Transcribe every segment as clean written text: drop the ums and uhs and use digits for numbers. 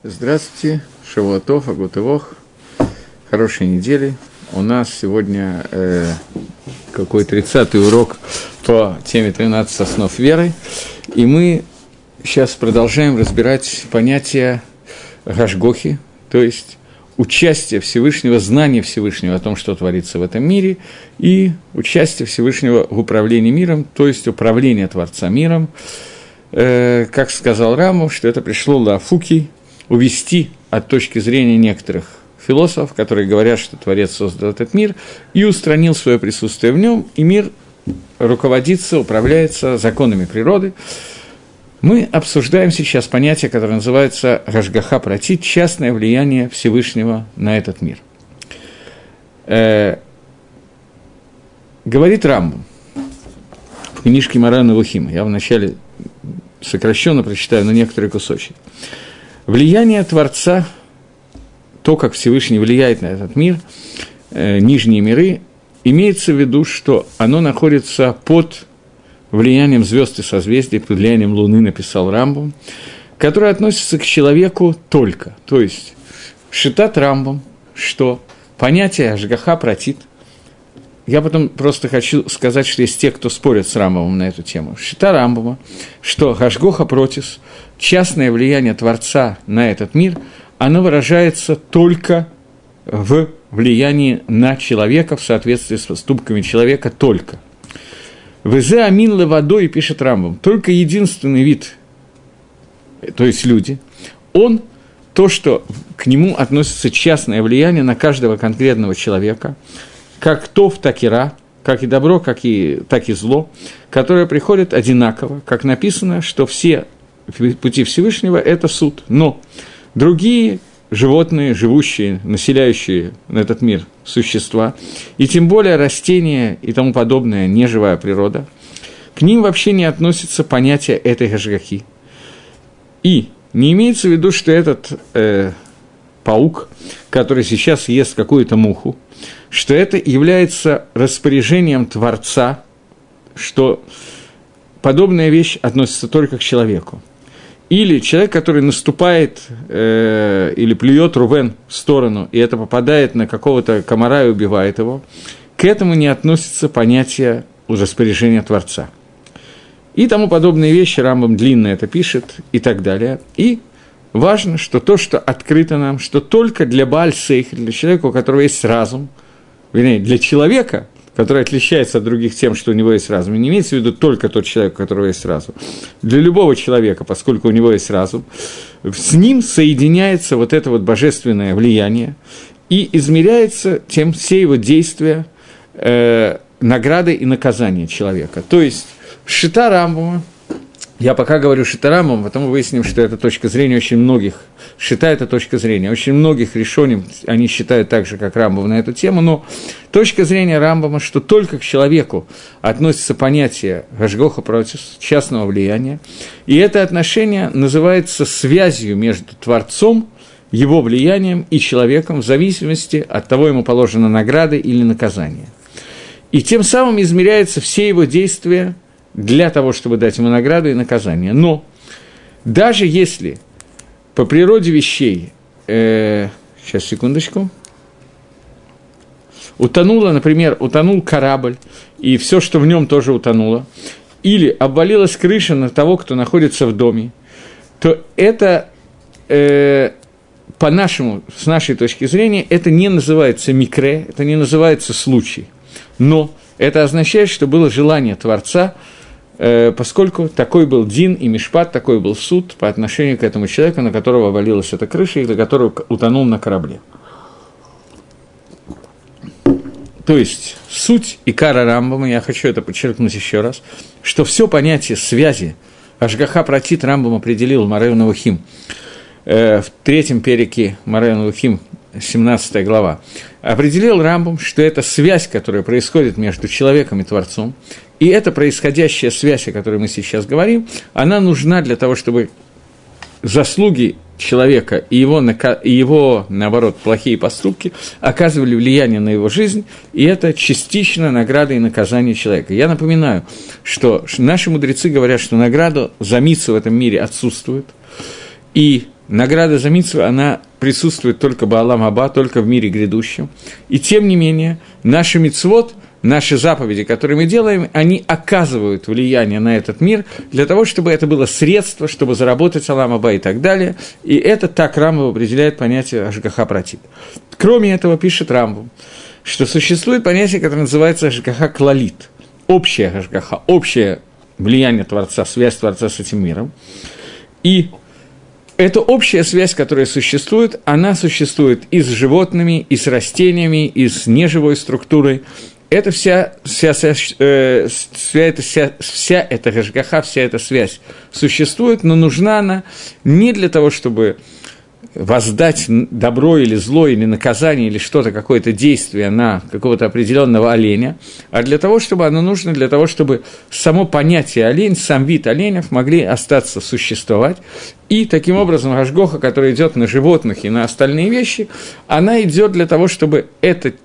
Здравствуйте, Шавуа Тов, Агутывох, хорошей недели. У нас сегодня какой 30-й урок по теме 13 основ веры, и мы сейчас продолжаем разбирать понятие гашгохи, то есть участие Всевышнего, знание Всевышнего о том, что творится в этом мире, и участие Всевышнего в управлении миром, то есть управление Творца миром. Как сказал Рамбам, что это пришло Лаафуки, увести от точки зрения некоторых философов, которые говорят, что Творец создал этот мир и устранил свое присутствие в нем, и мир руководится, управляется законами природы. Мы обсуждаем сейчас понятие, которое называется «Гашгаха Пратит», частное влияние Всевышнего на этот мир. Говорит Рамбам в книжке Мораль Невухим, я вначале сокращенно прочитаю, но некоторые кусочки. Влияние Творца, то, как Всевышний влияет на этот мир, нижние миры, имеется в виду, что оно находится под влиянием звезд и созвездий, под влиянием Луны, написал Рамбам, которое относится к человеку только. То есть, шитат Рамбам, что понятие Ашгаха Пратит, я потом просто хочу сказать, что есть те, кто спорят с Рамбамом на эту тему. Шита Рамбама, что Гашгоха Протис, частное влияние Творца на этот мир, оно выражается только в влиянии на человека в соответствии с поступками человека только. «Везе амин левадой», пишет Рамбам, только единственный вид, то есть люди, он, то, что к нему относится частное влияние на каждого конкретного человека, как тов, так и ра, как и добро, так и зло, которое приходит одинаково, как написано, что все пути Всевышнего – это суд. Но другие животные, живущие, населяющие этот мир существа, и тем более растения и тому подобное, неживая природа, к ним вообще не относится понятие этой гашгахи. И не имеется в виду, что этот паук, который сейчас ест какую-то муху, что это является распоряжением Творца, что подобная вещь относится только к человеку. Или человек, который наступает или плюет Рувен в сторону, и это попадает на какого-то комара и убивает его, к этому не относится понятие распоряжения Творца. И тому подобные вещи, Рамбам длинно это пишет, и так далее. И важно, что то, что открыто нам, что только для Бааль-Сейхель, для человека, у которого есть разум, вернее, для человека, который отличается от других тем, что у него есть разум, и не имеется в виду только тот человек, у которого есть разум, для любого человека, поскольку у него есть разум, с ним соединяется вот это вот божественное влияние и измеряется тем все его действия, награды и наказания человека. То есть шита Рамбама, я пока говорю шита Рамбама, потом мы выясним, что это точка зрения очень многих, шита – это точка зрения, очень многих решоним, они считают так же, как Рамбам на эту тему, но точка зрения Рамбама, что только к человеку относится понятие гашгоха протис, частного влияния, и это отношение называется связью между Творцом, его влиянием и человеком в зависимости от того, ему положена награда или наказание. И тем самым измеряются все его действия для того, чтобы дать ему награду и наказание. Но даже если по природе вещей, сейчас, секундочку, утонул корабль, и все, что в нем тоже утонуло, или обвалилась крыша на того, кто находится в доме, то это, по-нашему, с нашей точки зрения, это не называется микре, это не называется случай. Но это означает, что было желание Творца, поскольку такой был дин и мишпат, такой был суд по отношению к этому человеку, на которого обвалилась эта крыша, или который утонул на корабле. То есть суть икара Рамбама, я хочу это подчеркнуть еще раз, что все понятие связи Ашгаха Пратит Рамбам определил Мораль Невухим в третьем перике Мораль Невухим, 17 глава, определил Рамбам, что это связь, которая происходит между человеком и Творцом, и эта происходящая связь, о которой мы сейчас говорим, она нужна для того, чтобы заслуги человека и его, наоборот, плохие поступки оказывали влияние на его жизнь, и это частично награда и наказание человека. Я напоминаю, что наши мудрецы говорят, что награда за мицву в этом мире отсутствует, и награда за мицву, она присутствует только баалам аба, только в мире грядущем. И тем не менее, наши мицвот, наши заповеди, которые мы делаем, они оказывают влияние на этот мир для того, чтобы это было средство, чтобы заработать алам аба и так далее. И это так Рамбам определяет понятие ашгаха пратит. Кроме этого, пишет Рамбам, что существует понятие, которое называется ашгаха клалит, общая ашгаха, общее влияние Творца, связь Творца с этим миром. И эта общая связь, которая существует, она существует и с животными, и с растениями, и с неживой структурой. Это вся эта гашгаха, вся эта связь существует, но нужна она не для того, чтобы воздать добро или зло, или наказание, или что-то, какое-то действие на какого-то определенного оленя, а для того, чтобы оно нужно, для того, чтобы само понятие олень, сам вид оленев могли остаться существовать. И таким образом ашгоха, которая идет на животных и на остальные вещи, она идет для того, чтобы этот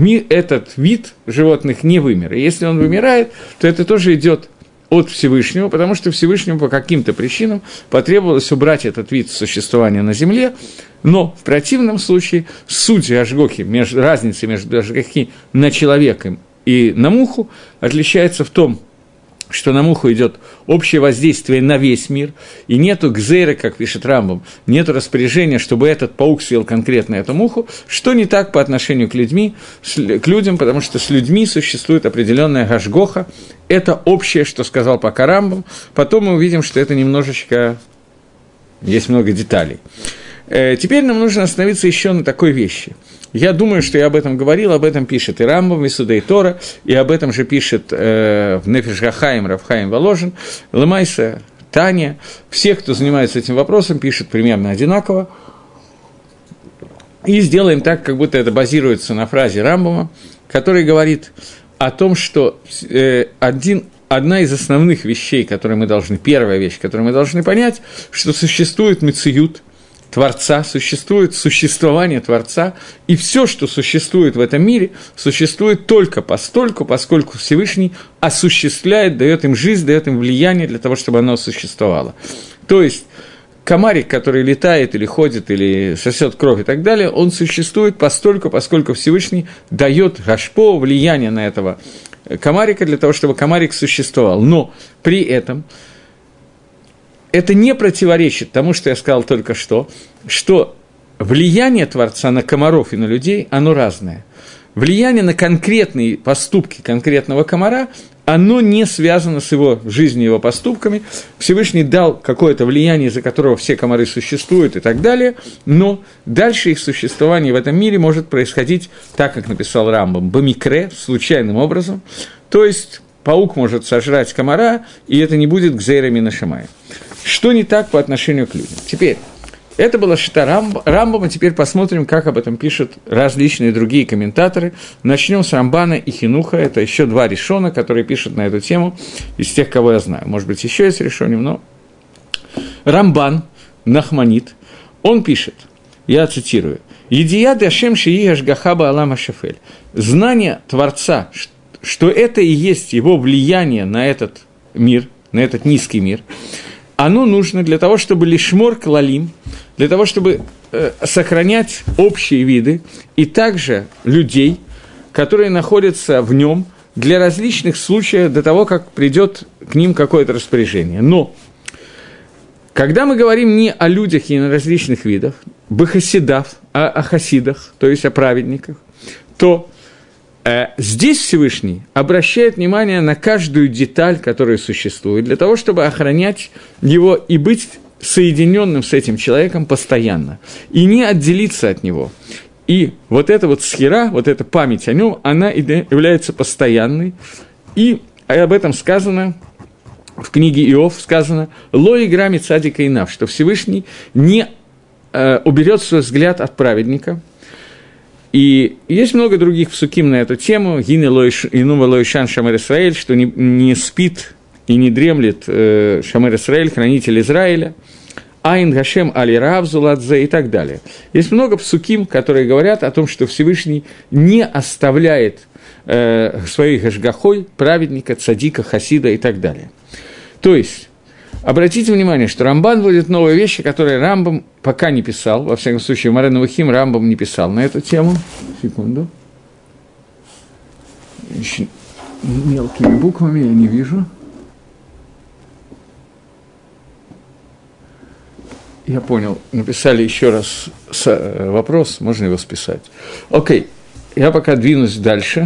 вид животных не вымер. И если он вымирает, то это тоже идет от Всевышнего, потому что Всевышнему по каким-то причинам потребовалось убрать этот вид существования на земле, но в противном случае суть ашгохи, разница между ашгохи на человека и на муху отличается в том, что на муху идет общее воздействие на весь мир, и нету гзейра, как пишет Рамбам, нету распоряжения, чтобы этот паук съел конкретно эту муху, что не так по отношению к людям, потому что с людьми существует определенная гашгоха, это общее, что сказал пока Рамбам, потом мы увидим, что это немножечко, есть много деталей. Теперь нам нужно остановиться еще на такой вещи. Я думаю, что я об этом говорил, об этом пишет и Рамбам, и Судей Тора, и об этом же пишет в Нефеш Гахаим Рав Хаим Воложин, Лемайса, Таня. Все, кто занимается этим вопросом, пишут примерно одинаково. И сделаем так, как будто это базируется на фразе Рамбама, который говорит о том, что одна из основных вещей, первая вещь, которую мы должны понять, что существует мециют Творца, существует существование Творца, и все, что существует в этом мире, существует только постольку, поскольку Всевышний осуществляет, дает им жизнь, дает им влияние для того, чтобы оно существовало. То есть комарик, который летает или ходит, или сосет кровь и так далее, он существует постольку, поскольку Всевышний дает гашпо, влияние на этого комарика для того, чтобы комарик существовал. Но при этом это не противоречит тому, что я сказал только что влияние Творца на комаров и на людей, оно разное. Влияние на конкретные поступки конкретного комара, оно не связано с его жизнью, его поступками. Всевышний дал какое-то влияние, из-за которого все комары существуют и так далее, но дальше их существование в этом мире может происходить, так как написал Рамбам, бамикре, случайным образом, то есть паук может сожрать комара, и это не будет гзейра мин ашамаим. Что не так по отношению к людям? Теперь, это была шита Рамбама, теперь посмотрим, как об этом пишут различные другие комментаторы. Начнем с Рамбана и Хинуха, это еще два решона, которые пишут на эту тему, из тех, кого я знаю. Может быть, еще есть решоним, но Рамбан, Нахманит, он пишет, я цитирую, «Едия дашем шии ашгахаба алам ашафель». Знание Творца, что это и есть его влияние на этот мир, на этот низкий мир, оно нужно для того, чтобы лишмор клалим, для того, чтобы сохранять общие виды, и также людей, которые находятся в нем, для различных случаев, до того, как придет к ним какое-то распоряжение. Но, когда мы говорим не о людях и на различных видах, бахасидав, а о хасидах, то есть о праведниках, то здесь Всевышний обращает внимание на каждую деталь, которая существует, для того, чтобы охранять его и быть соединенным с этим человеком постоянно, и не отделиться от него. И вот эта вот схира, вот эта память о нем, она является постоянной, и об этом сказано в книге Иов, сказано «Ло игра мицадика и нав», что Всевышний не уберет свой взгляд от праведника. И есть много других псуким на эту тему, «Гине инува лоишан шамер Исраэль», что не спит и не дремлет шамер Исраэль, хранитель Израиля, «Айн гашем али рав зуладзе» и так далее. Есть много псуким, которые говорят о том, что Всевышний не оставляет своей гашгахой праведника, цадика, хасида и так далее. То есть Обратите внимание, что Рамбан вводит новые вещи, которые Рамбам пока не писал. Во всяком случае, Морэ Невухим Рамбам не писал на эту тему. Секунду. Еще мелкими буквами я не вижу. Я понял. Написали еще раз вопрос, можно его списать. Окей, я пока двинусь дальше.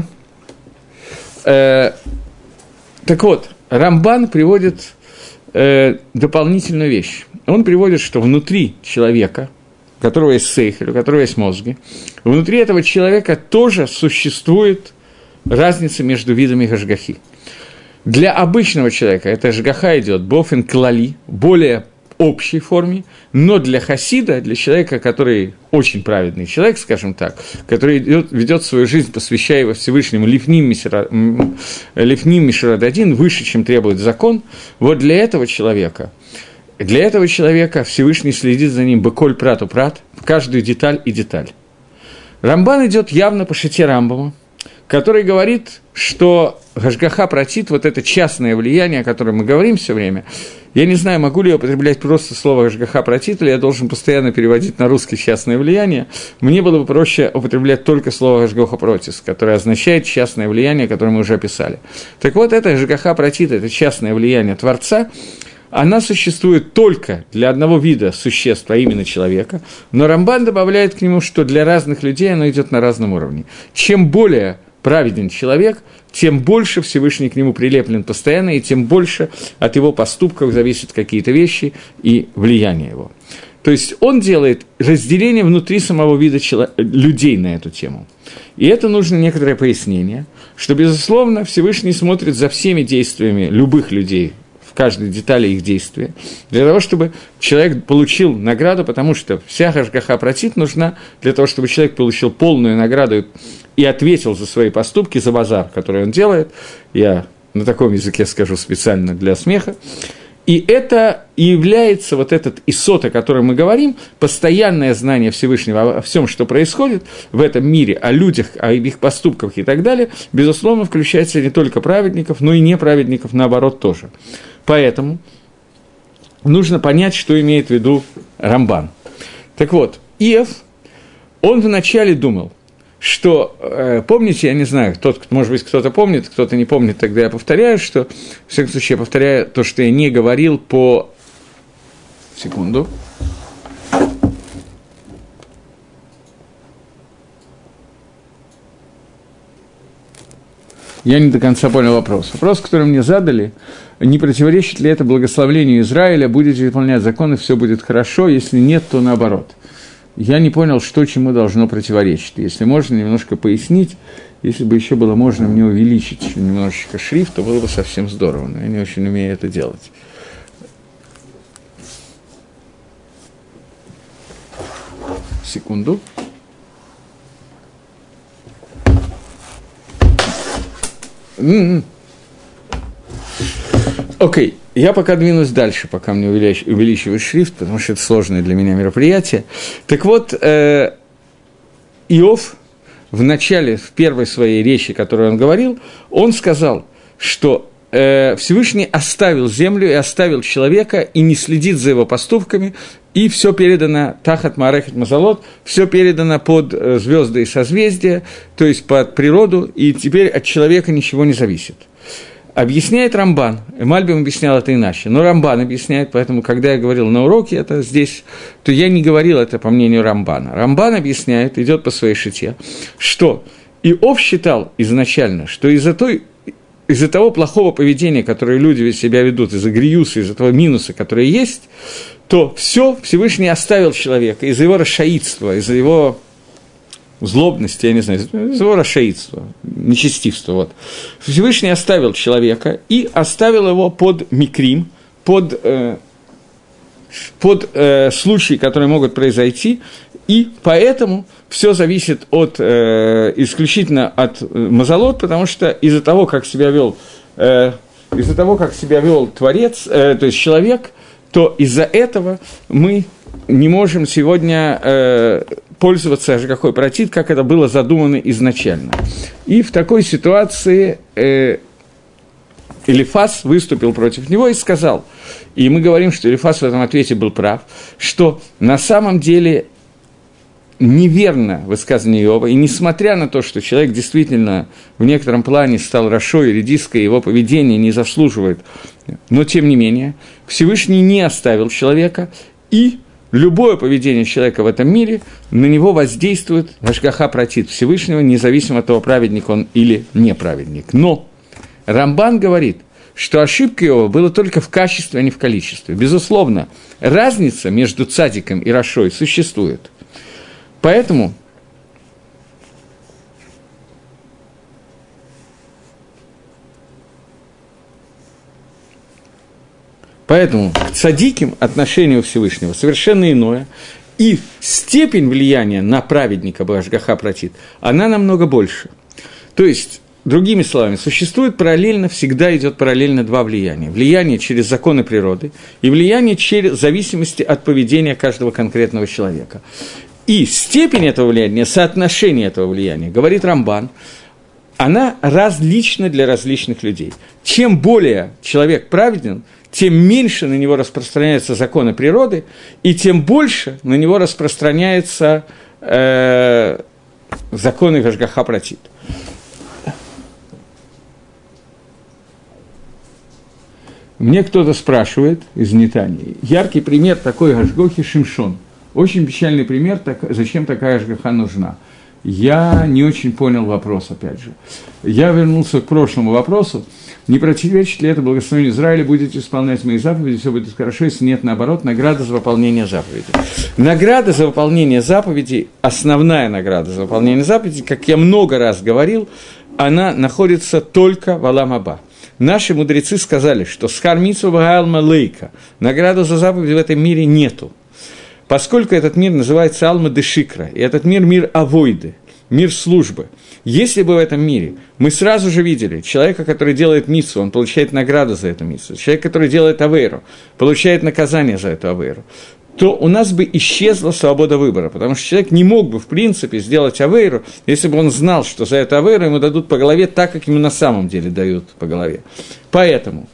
Так вот, Рамбан приводит дополнительную вещь. Он приводит, что внутри человека, у которого есть сейхель, у которого есть мозги, внутри этого человека тоже существует разница между видами гашгахи. Для обычного человека эта гашгаха идет бофен клали, более общей форме, но для хасида, для человека, который очень праведный человек, скажем так, который ведет свою жизнь, посвящая его Всевышнему лифним мишрададин, выше, чем требует закон, вот для этого человека Всевышний следит за ним беколь прату прат, в каждую деталь и деталь. Рамбан идет явно по шите Рамбама, который говорит, что гашгаха пратит, вот это частное влияние, о котором мы говорим все время. Я не знаю, могу ли я употреблять просто слово гашгаха пратит, или я должен постоянно переводить на русский частное влияние. Мне было бы проще употреблять только слово гашгаха протис, которое означает частное влияние, которое мы уже описали. Так вот, это гашгаха пратит, это частное влияние Творца, она существует только для одного вида существ, а именно человека, но Рамбан добавляет к нему, что для разных людей оно идет на разном уровне. Чем более праведен человек, тем больше Всевышний к нему прилеплен постоянно, и тем больше от его поступков зависят какие-то вещи и влияние его. То есть он делает разделение внутри самого вида людей на эту тему. И это нужно некоторое пояснение, что, безусловно, Всевышний смотрит за всеми действиями любых людей, в каждой детали их действия, для того, чтобы человек получил награду, потому что вся гашгаха пратит нужна для того, чтобы человек получил полную награду и ответил за свои поступки, за базар, который он делает. Я на таком языке скажу специально для смеха. И это и является вот этот исот, о котором мы говорим, постоянное знание Всевышнего о всем, что происходит в этом мире, о людях, о их поступках и так далее, безусловно, включается не только праведников, но и неправедников, наоборот, тоже. Поэтому нужно понять, что имеет в виду Рамбан. Так вот, Иов, он вначале думал, что, помните, я не знаю, может быть, кто-то помнит, кто-то не помнит, тогда я повторяю, что, в всяком случае, я повторяю то, что я не говорил по... Секунду. Я не до конца понял вопрос. Вопрос, который мне задали, не противоречит ли это благословлению Израиля, будете выполнять законы, все будет хорошо, если нет, то наоборот. Я не понял, что чему должно противоречить. Если можно немножко пояснить, если бы еще было можно мне увеличить немножечко шрифт, то было бы совсем здорово, но я не очень умею это делать. Секунду. Окей, я пока двинусь дальше, пока мне увеличивают шрифт, потому что это сложное для меня мероприятие. Так вот, Иов в начале, в первой своей речи, которую он говорил, он сказал, что Всевышний оставил землю и оставил человека, и не следит за его поступками, и все передано тахат маарехет мазалот, все передано под звезды и созвездия, то есть под природу, и теперь от человека ничего не зависит. Объясняет Рамбан, Мальбим объяснял это иначе, но Рамбан объясняет, поэтому, когда я говорил на уроке это здесь, то я не говорил это по мнению Рамбана. Рамбан объясняет, идет по своей шите, что Иов считал изначально, что из-за того плохого поведения, которое люди себя ведут, из-за гриюса, из-за того минуса, который есть, то все Всевышний оставил человека из-за его расшаидства, из-за его злобности, я не знаю, из его расшаидства, нечестивства. Вот. Всевышний оставил человека и оставил его под микрим, под случаи, которые могут произойти, и поэтому все зависит исключительно от мазалот, потому что из-за того, как себя вел Творец, то есть человек, то из-за этого мы не можем сегодня пользоваться гашгахой пратит, как это было задумано изначально. И в такой ситуации Элифаз выступил против него и сказал: и мы говорим, что Элифаз в этом ответе был прав, что на самом деле неверно высказывание Иова, и несмотря на то, что человек действительно в некотором плане стал рашой, редиской, его поведение не заслуживает, но тем не менее Всевышний не оставил человека, и любое поведение человека в этом мире, на него воздействует Ашгаха Пратит Всевышнего, независимо от того, праведник он или неправедник. Но Рамбан говорит, что ошибка Иова была только в качестве, а не в количестве. Безусловно, разница между цадиком и рашой существует. Поэтому к цадиким отношение у Всевышнего совершенно иное, и степень влияния на праведника Ашгаха Пратит, она намного больше. То есть, другими словами, существует параллельно, всегда идет параллельно два влияния. Влияние через законы природы и влияние через зависимости от поведения каждого конкретного человека. И степень этого влияния, соотношение этого влияния, говорит Рамбан, она различна для различных людей. Чем более человек праведен, тем меньше на него распространяются законы природы, и тем больше на него распространяются законы Ашгаха Пратит. Мне кто-то спрашивает из Нетании, яркий пример такой Ашгохи Шимшон. Очень печальный пример, зачем такая Ашгаха нужна. Я не очень понял вопрос, опять же. Я вернулся к прошлому вопросу. Не противоречит ли это благословению Израиля, будете исполнять мои заповеди, все будет хорошо, если нет, наоборот, награда за выполнение заповедей. Награда за выполнение заповедей, основная награда за выполнение заповедей, как я много раз говорил, она находится только в Олам Аба. Наши мудрецы сказали, что схар мицва ваалма лейка, награды за заповеди в этом мире нету. Поскольку этот мир называется Алма де Шикра, и этот мир авойды, мир службы. Если бы в этом мире мы сразу же видели человека, который делает мицву, он получает награду за эту мицву, человек, который делает авейру, получает наказание за эту авейру, то у нас бы исчезла свобода выбора, потому что человек не мог бы, в принципе, сделать авейру, если бы он знал, что за эту авейру ему дадут по голове так, как ему на самом деле дают по голове. Поэтому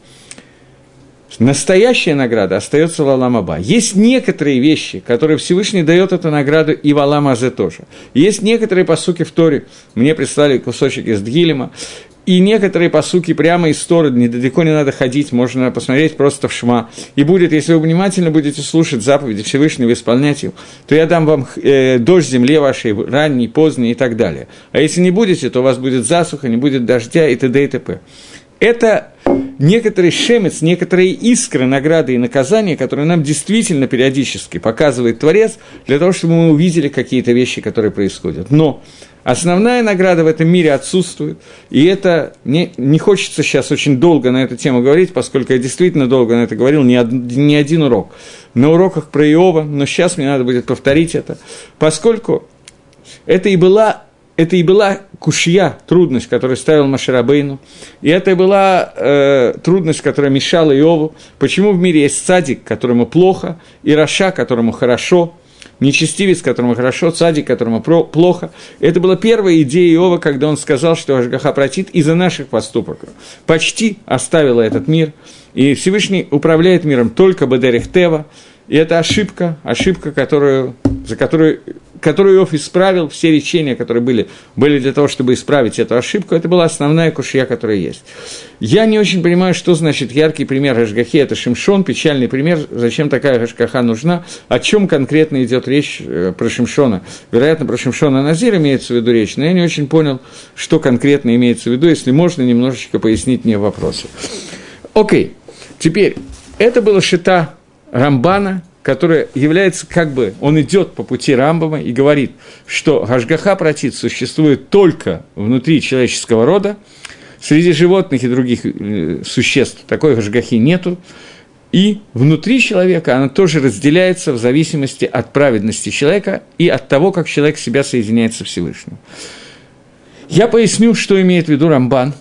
настоящая награда остается в Олам Аба. Есть некоторые вещи, которые Всевышний дает эту награду и в Олам Азе тоже. Есть некоторые пасуки в Торе, мне прислали кусочек из Дгилема, и некоторые пасуки прямо из Торы, недалеко не надо ходить, можно посмотреть просто в Шма. И будет, если вы внимательно будете слушать заповеди Всевышнего, исполнять их, то я дам вам дождь в земле вашей, ранний, поздний и так далее. А если не будете, то у вас будет засуха, не будет дождя и т.д. и т.п. Это некоторый шемец, некоторые искры награды и наказания, которые нам действительно периодически показывает Творец, для того, чтобы мы увидели какие-то вещи, которые происходят. Но основная награда в этом мире отсутствует, и это не хочется сейчас очень долго на эту тему говорить, поскольку я действительно долго на это говорил, не один урок. На уроках про Иова, но сейчас мне надо будет повторить это, поскольку это и была кушья, трудность, которую ставил Моше Рабейну, и это была трудность, которая мешала Иову. Почему в мире есть цадик, которому плохо, и раша, которому хорошо, нечестивец, которому хорошо, цадик, которому плохо. Это была первая идея Иова, когда он сказал, что Ашгаха Пратит из-за наших поступков почти оставила этот мир, и Всевышний управляет миром только бедерих тева, и это ошибка, которую Иов исправил, все речения, которые были для того, чтобы исправить эту ошибку, это была основная кушья, которая есть. Я не очень понимаю, что значит яркий пример Ашгахи, это Шимшон, печальный пример, зачем такая Ашгаха нужна, о чем конкретно идет речь про Шимшона. Вероятно, про Шимшона Назир имеется в виду речь, но я не очень понял, что конкретно имеется в виду, если можно немножечко пояснить мне вопросы. Окей, теперь, это была шита Рамбана, который является он идет по пути Рамбама и говорит, что Ашгаха Пратит существует только внутри человеческого рода, среди животных и других существ такой Ашгахи нету, и внутри человека она тоже разделяется в зависимости от праведности человека и от того, как человек себя соединяет со Всевышним. Я поясню, что имеет в виду Рамбан.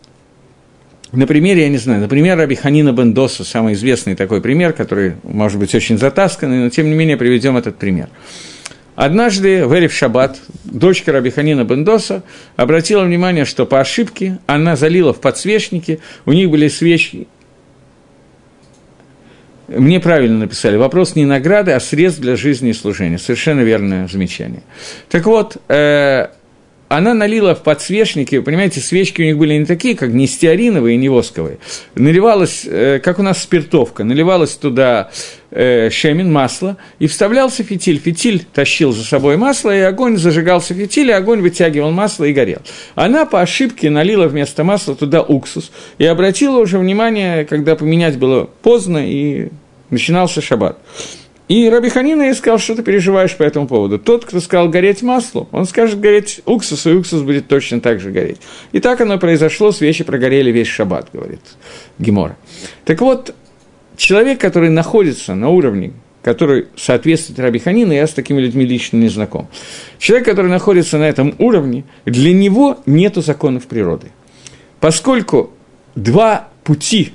На примере, например, Раби Ханина бен Доса, самый известный такой пример, который, может быть, очень затасканный, но, тем не менее, приведем этот пример. Однажды, в Эрев Шаббат, дочка Раби Ханина бен Доса обратила внимание, что по ошибке она залила в подсвечники, у них были свечи, Мне правильно написали. Вопрос не награды, а средств для жизни и служения. Совершенно верное замечание. Так вот, она налила в подсвечники, вы понимаете, свечки у них были не такие, как не стеариновые и не восковые. Наливалась, как у нас спиртовка, наливалась туда шемин, масло, и вставлялся фитиль. Фитиль тащил за собой масло, и огонь зажигался фитиль, и огонь вытягивал масло и горел. Она по ошибке налила вместо масла туда уксус, и обратила уже внимание, когда поменять было поздно, и начинался шаббат. И Раби Ханина ей сказал, что ты переживаешь по этому поводу. Тот, кто сказал гореть маслу, он скажет гореть уксусу, и уксус будет точно так же гореть. И так оно произошло, свечи прогорели весь шаббат, говорит Гемора. Так вот, человек, который находится на уровне, который соответствует Раби Ханина, я с такими людьми лично не знаком. Человек, который находится на этом уровне, для него нету законов природы. Поскольку два пути.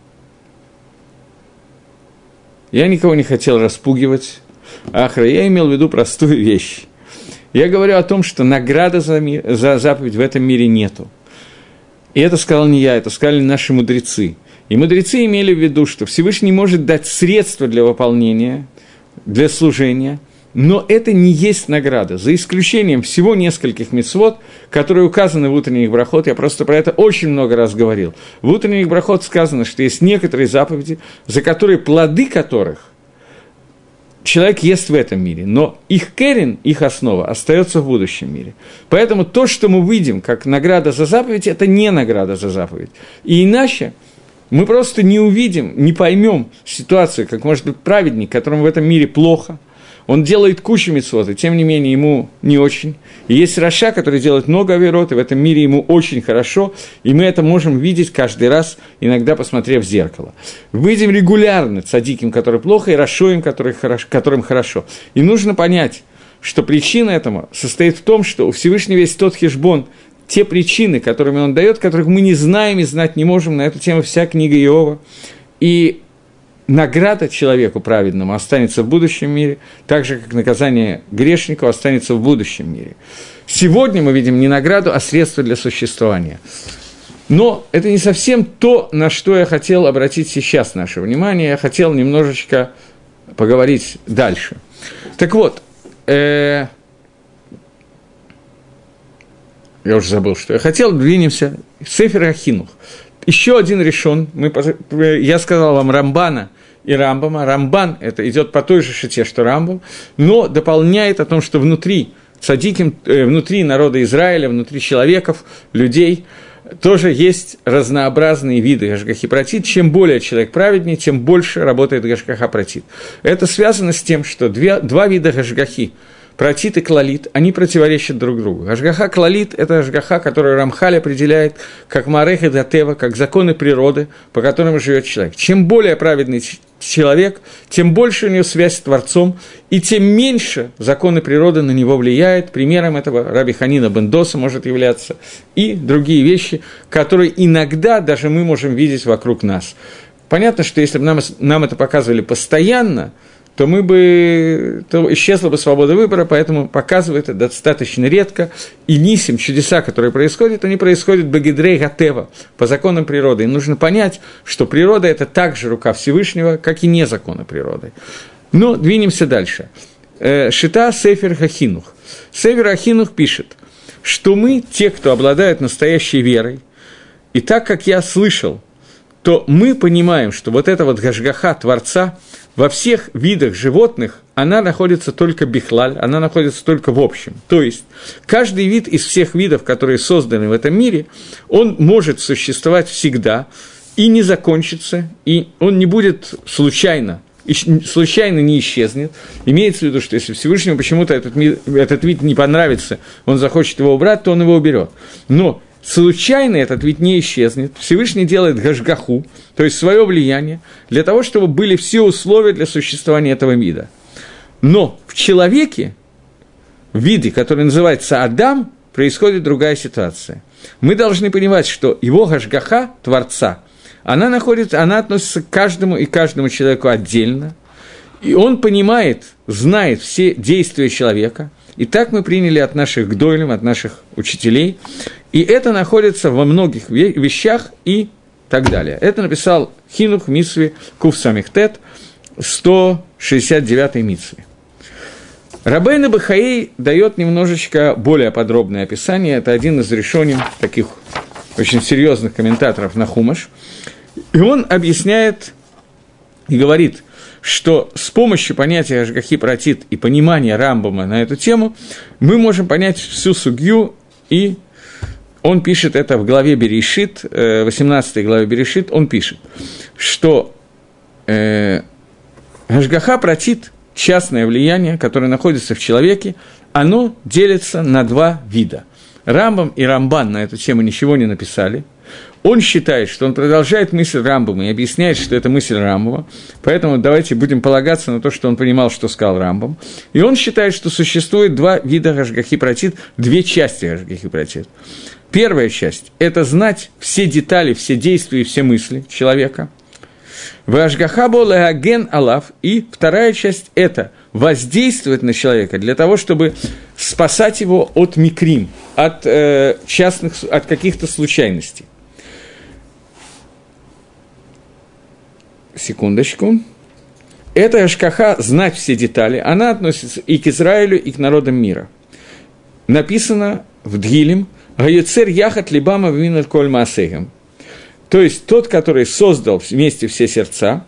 Я никого не хотел распугивать, Ахра, я имел в виду простую вещь. Я говорю о том, что награды за заповедь в этом мире нету. И это сказал не я, это сказали наши мудрецы. И мудрецы имели в виду, что Всевышний может дать средства для выполнения, для служения, но это не есть награда, за исключением всего нескольких мицвот, которые указаны в утренних брахот, я просто про это очень много раз говорил. В утренних брахот сказано, что есть некоторые заповеди, за которые, плоды которых человек ест в этом мире, но их керен, их основа остается в будущем мире. Поэтому то, что мы видим как награда за заповедь, это не награда за заповедь. И иначе мы просто не увидим, не поймем ситуацию, как может быть праведник, которому в этом мире плохо. Он делает кучу мицвот, и тем не менее ему не очень. И есть раша, который делает много авирот, и в этом мире ему очень хорошо, и мы это можем видеть каждый раз, иногда посмотрев в зеркало. Видим регулярно цадиким, который плохо, и рашоим, которым хорошо. И нужно понять, что причина этому состоит в том, что у Всевышнего есть тот хешбон, те причины, которыми он дает, которых мы не знаем и знать не можем, на эту тему вся книга Иова. И награда человеку праведному останется в будущем мире, так же, как наказание грешнику останется в будущем мире. Сегодня мы видим не награду, а средство для существования. Но это не совсем то, на что я хотел обратить сейчас наше внимание. Я хотел немножечко поговорить дальше. Так вот, я уже забыл, что я хотел. Двинемся. Сефер Ахинух. Еще один решен. Я сказал вам Рамбана и Рамбама. Рамбан это идет по той же шите, что Рамбам, но дополняет о том, что внутри цадиким, внутри народа Израиля, внутри человеков, людей, тоже есть разнообразные виды гашгахи пратит. Чем более человек праведнее, тем больше работает гашгаха пратит. Это связано с тем, что два вида гашгахи, пратит и клалит, они противоречат друг другу. Гашгаха клалит – это гашгаха, которую Рамхаль определяет как марех и датева, как законы природы, по которым живет человек. Чем более праведный человек, тем больше у него связь с Творцом, и тем меньше законы природы на него влияют. Примером этого Раби Ханина бен Доса может являться и другие вещи, которые иногда даже мы можем видеть вокруг нас. Понятно, что если бы нам это показывали постоянно, то исчезла бы свобода выбора, поэтому показывают это достаточно редко. И нисим, чудеса, которые происходят, они происходят бегидрей гатева, по законам природы. И нужно понять, что природа – это также рука Всевышнего, как и не законы природы. Но двинемся дальше. Шита Сефер Хахинух. Сефер Хахинух пишет, что мы, те, кто обладают настоящей верой, и так как я слышал, то мы понимаем, что вот эта вот гашгаха Творца во всех видах животных, она находится только бихлаль, она находится только в общем. То есть, каждый вид из всех видов, которые созданы в этом мире, он может существовать всегда и не закончится, и он не будет случайно не исчезнет. Имеется в виду, что если Всевышнему почему-то этот вид не понравится, он захочет его убрать, то он его уберет. Но случайно этот вид не исчезнет. Всевышний делает гашгаху, то есть свое влияние, для того, чтобы были все условия для существования этого вида. Но в человеке, в виде, который называется Адам, происходит другая ситуация. Мы должны понимать, что его гашгаха, Творца, она относится к каждому и каждому человеку отдельно, и он понимает, знает все действия человека. И так мы приняли от наших гдойлем, от наших учителей, и это находится во многих вещах и так далее. Это написал Хинух Мисви Кув Самих Тет, 169-й мицве. Рабейну Бахаи дает немножечко более подробное описание. Это один из решоним таких очень серьезных комментаторов на Хумаш. И он объясняет и говорит, что с помощью понятия Ашгахи Пратит и понимания Рамбама на эту тему мы можем понять всю сугью, и он пишет это в главе Берешит, 18 главе Берешит, он пишет, что Ашгаха Пратит, частное влияние, которое находится в человеке, оно делится на два вида. Рамбам и Рамбан на эту тему ничего не написали. Он считает, что он продолжает мысль Рамбама и объясняет, что это мысль Рамбама, поэтому давайте будем полагаться на то, что он понимал, что сказал Рамбам. И он считает, что существует два вида Ашгахи Пратит, две части Ашгахи Пратит. Первая часть – это знать все детали, все действия и все мысли человека. Ашгаха бо леаген алав. И вторая часть – это воздействовать на человека для того, чтобы спасать его от микрим, от от каких-то случайностей. Секундочку. Эта Ашгаха, знать все детали, она относится и к Израилю, и к народам мира. Написано в Дгилем «Гаюцер яхат либама винат коль маасегем». То есть тот, который создал вместе все сердца,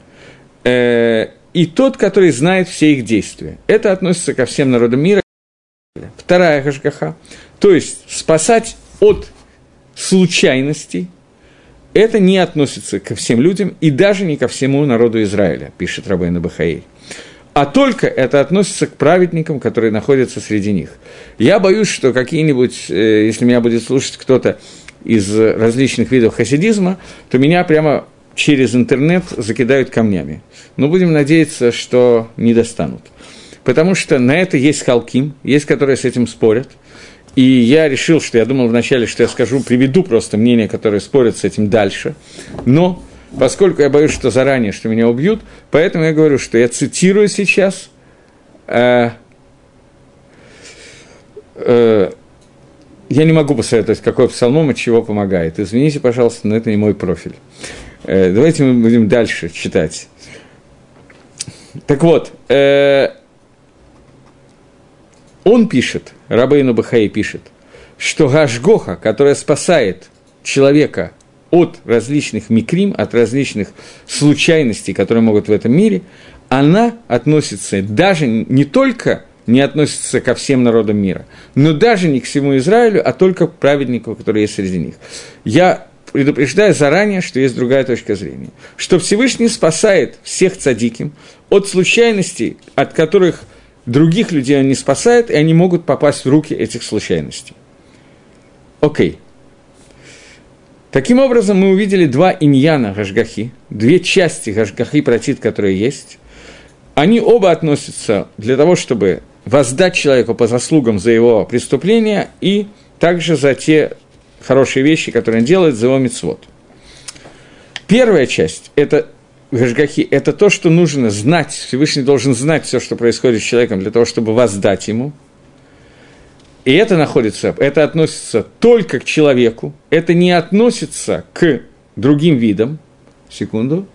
и тот, который знает все их действия. Это относится ко всем народам мира. Вторая Ашгаха, то есть спасать от случайностей, это не относится ко всем людям и даже не ко всему народу Израиля, пишет Рабейну Бахаи. А только это относится к праведникам, которые находятся среди них. Я боюсь, что какие-нибудь, если меня будет слушать кто-то из различных видов хасидизма, то меня прямо через интернет закидают камнями. Но будем надеяться, что не достанут. Потому что на это есть халким, есть, которые с этим спорят. И я решил, что я думал вначале, что я приведу просто мнение, которое спорят с этим дальше. Но поскольку я боюсь, что заранее, что меня убьют, поэтому я говорю, что я цитирую сейчас я не могу посоветовать, какой псалмом от чего помогает. Извините, пожалуйста, но это не мой профиль. Давайте мы будем дальше читать. Так вот, он пишет, Рабейну Бахаи пишет, что Гашгоха, которая спасает человека от различных микрим, от различных случайностей, которые могут в этом мире, она относится даже не только не относится ко всем народам мира, но даже не к всему Израилю, а только к праведникам, которые есть среди них. Я предупреждаю заранее, что есть другая точка зрения, что Всевышний спасает всех цадиким от случайностей, от которых других людей он не спасает, и они могут попасть в руки этих случайностей. Окей. Таким образом, мы увидели два иньяна Гашгахи, две части Гашгахи Пратит, которые есть. Они оба относятся для того, чтобы воздать человеку по заслугам за его преступления и также за те хорошие вещи, которые он делает, за его мицвот. Первая часть – это Гашгахи, это то, что нужно знать, Всевышний должен знать все, что происходит с человеком, для того, чтобы воздать ему. И это относится только к человеку, это не относится к другим видам. Секунду.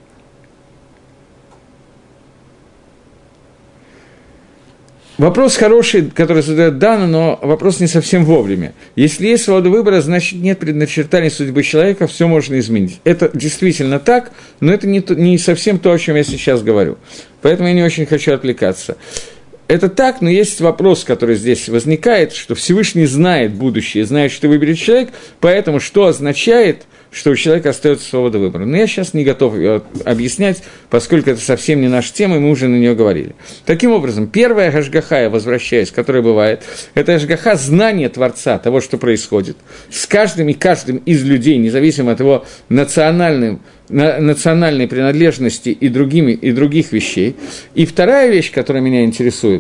Вопрос хороший, который задает Дана, но вопрос не совсем вовремя. Если есть свобода выбора, значит, нет предначертания судьбы человека, все можно изменить. Это действительно так, но это не совсем то, о чем я сейчас говорю. Поэтому я не очень хочу отвлекаться. Это так, но есть вопрос, который здесь возникает, что Всевышний знает будущее, знает, что выберет человек, поэтому что означает, что у человека остается свобода выбора. Но я сейчас не готов ее объяснять, поскольку это совсем не наша тема, и мы уже на нее говорили. Таким образом, первая Гашгаха, я возвращаюсь, которая бывает, это Гашгаха знания Творца, того, что происходит, с каждым и каждым из людей, независимо от его национальной принадлежности и других вещей. И вторая вещь, которая меня интересует,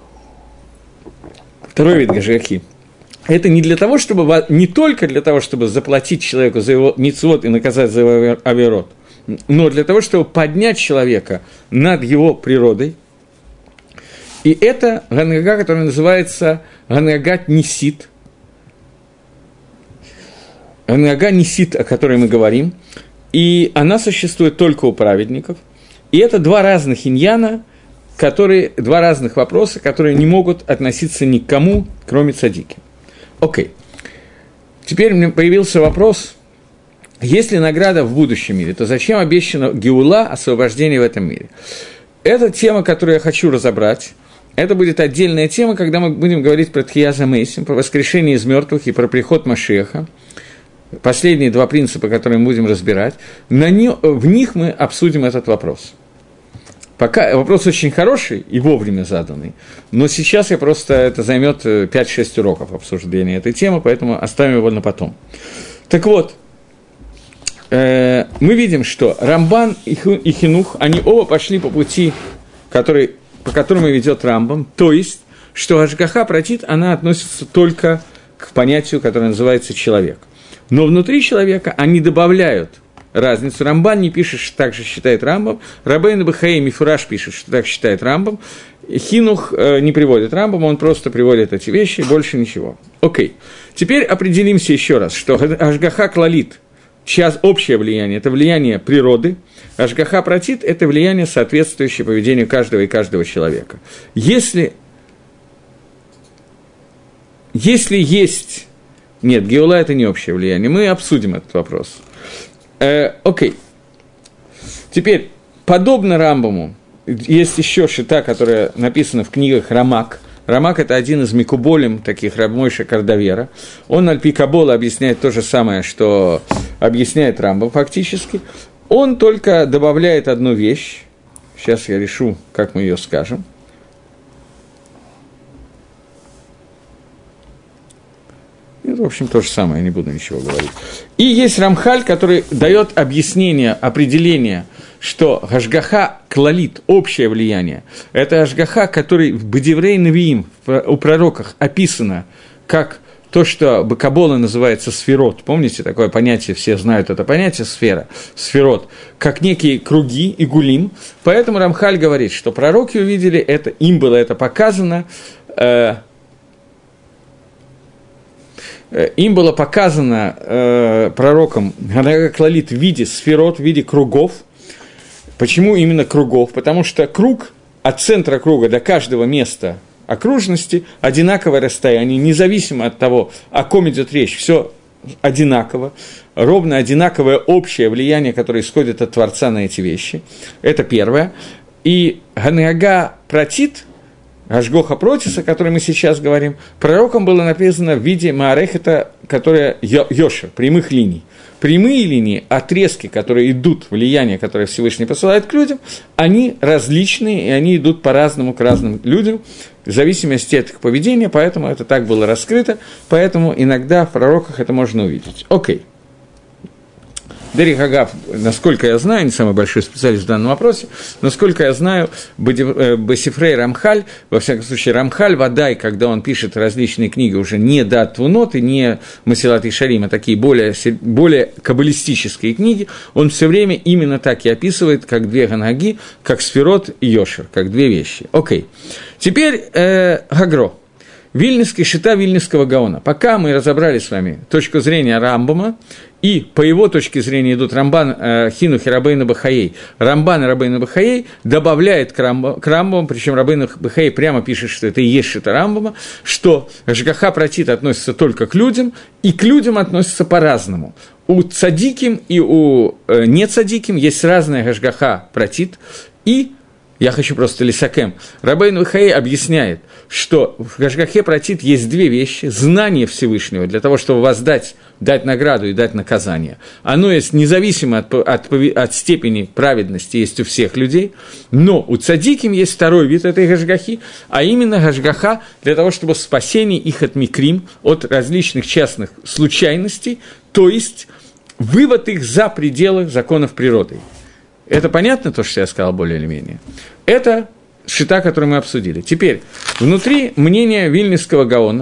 второй вид Гашгахи, это не только для того, чтобы заплатить человеку за его мицвот и наказать за его авирот, но для того, чтобы поднять человека над его природой. И это ганага, которая называется ганагат нисит. Ганага нисит, о которой мы говорим. И она существует только у праведников. И это два разных иньяна, два разных вопроса, которые не могут относиться ни к кому, кроме цадики. Окей. Теперь мне появился вопрос, есть ли награда в будущем мире, то зачем обещано геула, освобождение в этом мире? Это тема, которую я хочу разобрать. Это будет отдельная тема, когда мы будем говорить про Тхия Мейсим, про воскрешение из мертвых и про приход Машиаха. Последние два принципа, которые мы будем разбирать. В них мы обсудим этот вопрос. Пока вопрос очень хороший и вовремя заданный, но сейчас это займет 5-6 уроков обсуждения этой темы, поэтому оставим его на потом. Так вот, мы видим, что Рамбан и Хинух, они оба пошли по пути, по которому ведет Рамбам, то есть, что Ашгаха Пратит, она относится только к понятию, которое называется человек. Но внутри человека они добавляют разницу. Рамбан не пишет, что так же считает Рамбам. Рабейну Бахаи Мифураж пишет, что так считает Рамбам. Хинух не приводит Рамбам, он просто приводит эти вещи, больше ничего. Окей. Теперь определимся еще раз, что Ашгаха Клалит, сейчас общее влияние, это влияние природы. Ашгаха Пратит – это влияние, соответствующее поведению каждого и каждого человека. Если есть... Нет, геула – это не общее влияние. Мы обсудим этот вопрос. Окей. Теперь, подобно Рамбаму, есть еще шита, которая написана в книгах Рамак. Рамак – это один из микуболем, таких Рабмойша Кардавера. Он Аль-Пи Кабола объясняет то же самое, что объясняет Рамбам фактически. Он только добавляет одну вещь. Сейчас я решу, как мы ее скажем. Это, в общем, то же самое, я не буду ничего говорить. И есть Рамхаль, который дает объяснение, определение, что Ашгаха Клалит, общее влияние, это Ашгаха, который в Бедеврей Навиим, у пророках, описано как то, что Бакабола называется сферот. Помните такое понятие, все знают это понятие, сфера, сферот, как некие круги и гулим. Поэтому Рамхаль говорит, что пророки увидели это, им было это показано, им было показано пророкам Клалит в виде сферот, в виде кругов. Почему именно кругов? Потому что круг, от центра круга до каждого места окружности одинаковое расстояние, независимо от того, о ком идет речь, все одинаково, ровно одинаковое общее влияние, которое исходит от Творца на эти вещи. Это первое. И Ганеага Пратит, Ашгоха Протис, о которой мы сейчас говорим, пророкам было написано в виде Маарехета, которая Йошер, прямых линий. Прямые линии, отрезки, которые идут, влияние, которое Всевышний посылает к людям, они различные, и они идут по-разному к разным людям, в зависимости от их поведения, поэтому это так было раскрыто, поэтому иногда в пророках это можно увидеть. Окей. Дерих Агав, насколько я знаю, не самый большой специалист в данном вопросе, насколько я знаю, Басифрей Рамхаль, во всяком случае Рамхаль, Вадай, когда он пишет различные книги, уже не Дат Твунот и не Масилат Ишарим, а такие более каббалистические книги, он все время именно так и описывает, как две ганаги, как сферот и йошер, как две вещи. Окей. Теперь Гагро. Вильнюсский шита Вильнюсского Гаона. Пока мы разобрали с вами точку зрения Рамбама, и по его точке зрения идут Рамбан, Хинух и Рабейну Бахаей. Рамбан и Рабейну Бахаей добавляет к Рамбаму, причем Рабейну Бахаей прямо пишет, что это и есть шита Рамбама, что Ашгаха Пратит относится только к людям, и к людям относится по-разному. У цадиким и у нецадиким есть разная Ашгаха Пратит, и я хочу просто лисакем. Рабейну Бахаей объясняет, что в Ашгахе Пратит есть две вещи. Знание Всевышнего для того, чтобы воздать, дать награду и дать наказание. Оно есть независимо от степени праведности, есть у всех людей. Но у цадиким есть второй вид этой Ашгахи, а именно Ашгаха для того, чтобы спасение их от микрим, от различных частных случайностей, то есть вывод их за пределы законов природы. Это понятно, то, что я сказал, более или менее? Это шита, которую мы обсудили. Теперь, внутри мнения Вильнюсского Гаона,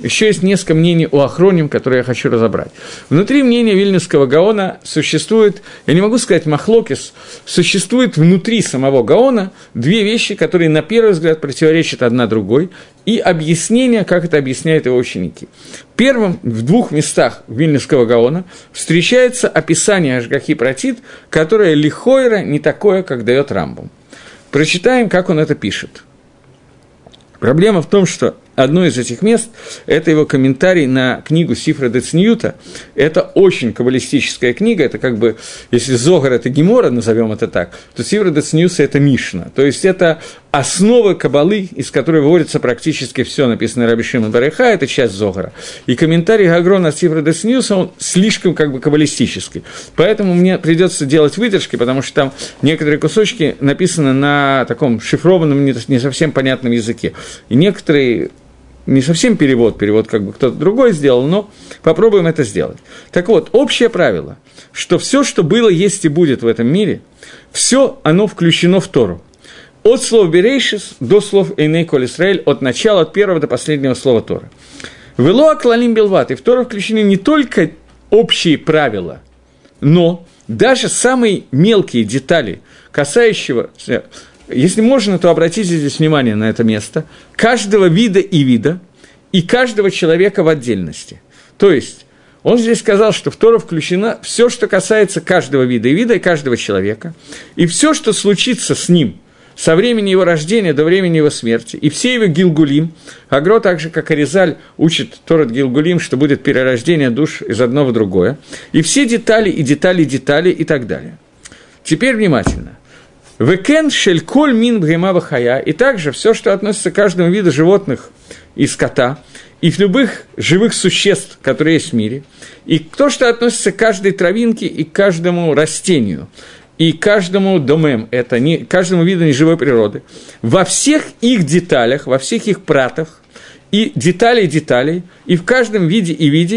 еще есть несколько мнений у Ахроним, которые я хочу разобрать. Внутри мнения Вильнюсского Гаона существует, я не могу сказать махлокис, существует внутри самого Гаона две вещи, которые на первый взгляд противоречат одна другой, и объяснение, как это объясняют его ученики. Первым, в двух местах Вильнюсского Гаона встречается описание Ашгахи Пратит, которое лихойра не такое, как дает Рамбам. Прочитаем, как он это пишет. Проблема в том, что одно из этих мест – это его комментарий на книгу Сифра де Цниюта. Это очень каббалистическая книга, это как бы, если Зогар – это Гемора, назовем это так, то Сифра де Цниюта – это Мишна. То есть, это основы каббалы, из которой выводится практически все, написанное Раби Шимон бар Йохай, это часть Зогара. И комментарий Гагро на Сифра де Цниюта, он слишком как бы каббалистический. Поэтому мне придется делать выдержки, потому что там некоторые кусочки написаны на таком шифрованном, не совсем понятном языке. И некоторые не совсем перевод как бы кто-то другой сделал, но попробуем это сделать. Так вот, общее правило, что все, что было, есть и будет в этом мире, все оно включено в Тору. От слов Берейшис до слов Эйней Коль Исраэль, от начала, от первого до последнего слова Торы. Велоа клалим белват, и в Тору включены не только общие правила, но даже самые мелкие детали, касающиеся, если можно, то обратите здесь внимание на это место, каждого вида и каждого человека в отдельности. То есть, он здесь сказал, что в Тору включено все, что касается каждого вида и каждого человека, и все, что случится с ним со времени его рождения до времени его смерти, и все его гилгулим, Агро, так же, как Аризаль, учит Торат гилгулим, что будет перерождение душ из одного в другое, и все детали и так далее. Теперь внимательно. Векен шельколь мин бгема вахая, и также все, что относится к каждому виду животных и скота, и любых живых существ, которые есть в мире, и то, что относится к каждой травинке и к каждому растению, и каждому домем, это не, каждому виду неживой природы, во всех их деталях, во всех их пратах, и деталей, и в каждом виде,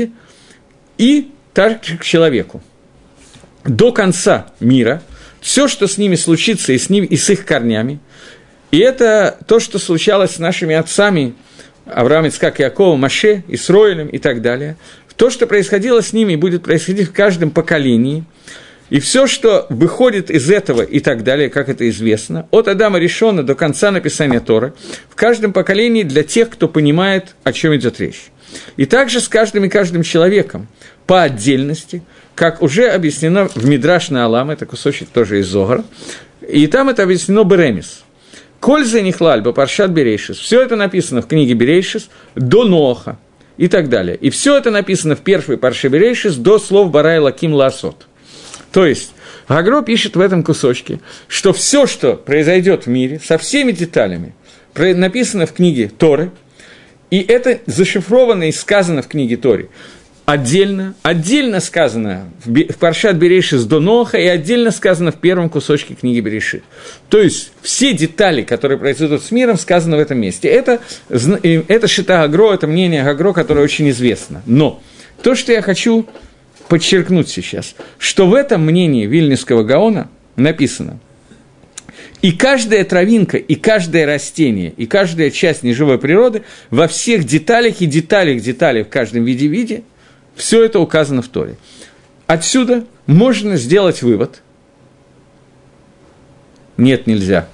и также к человеку. До конца мира все, что с ними случится, и с их корнями, и это то, что случалось с нашими отцами, Авраам, Ицхак, Иаков, Моше, Исроилем и так далее, то, что происходило с ними, будет происходить в каждом поколении, и все, что выходит из этого и так далее, как это известно, от Адама Ришона до конца написания Торы, в каждом поколении для тех, кто понимает, о чем идет речь. И также с каждым человеком по отдельности, как уже объяснено в Мидраш Наалам, это кусочек тоже из Зогара, и там это объяснено Беремис. Коль зе нихлаль бапаршат Берейшис, все это написано в книге Берейшис до Ноаха и так далее. И все это написано в первой парше Берейшис до слов Барай Лаким Лаасот. То есть, Агро пишет в этом кусочке, что все, что произойдет в мире, со всеми деталями, написано в книге Торы, и это зашифровано и сказано в книге Торе. Отдельно сказано в Паршат Берейшис до Ноаха, и отдельно сказано в первом кусочке книги Берешит. То есть, все детали, которые произойдут с миром, сказаны в этом месте. Это шита Агро, это мнение Агро, которое очень известно. Но то, что я хочу подчеркнуть сейчас, что в этом мнении Вильнюсского Гаона написано: и каждая травинка, и каждое растение, и каждая часть неживой природы во всех деталях и деталях в каждом виде, все это указано в Торе. Отсюда можно сделать вывод. Нет, нельзя.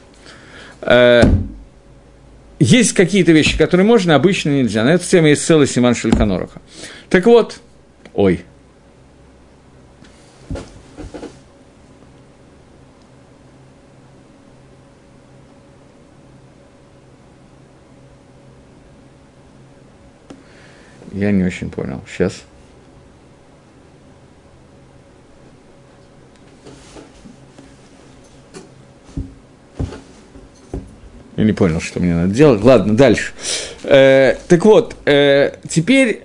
Есть какие-то вещи, которые можно, обычно нельзя. На эту тему есть целый Симан Шульхан Аруха. Так вот, я не очень понял. Сейчас. Я не понял, что мне надо делать. Ладно, дальше. Так вот, теперь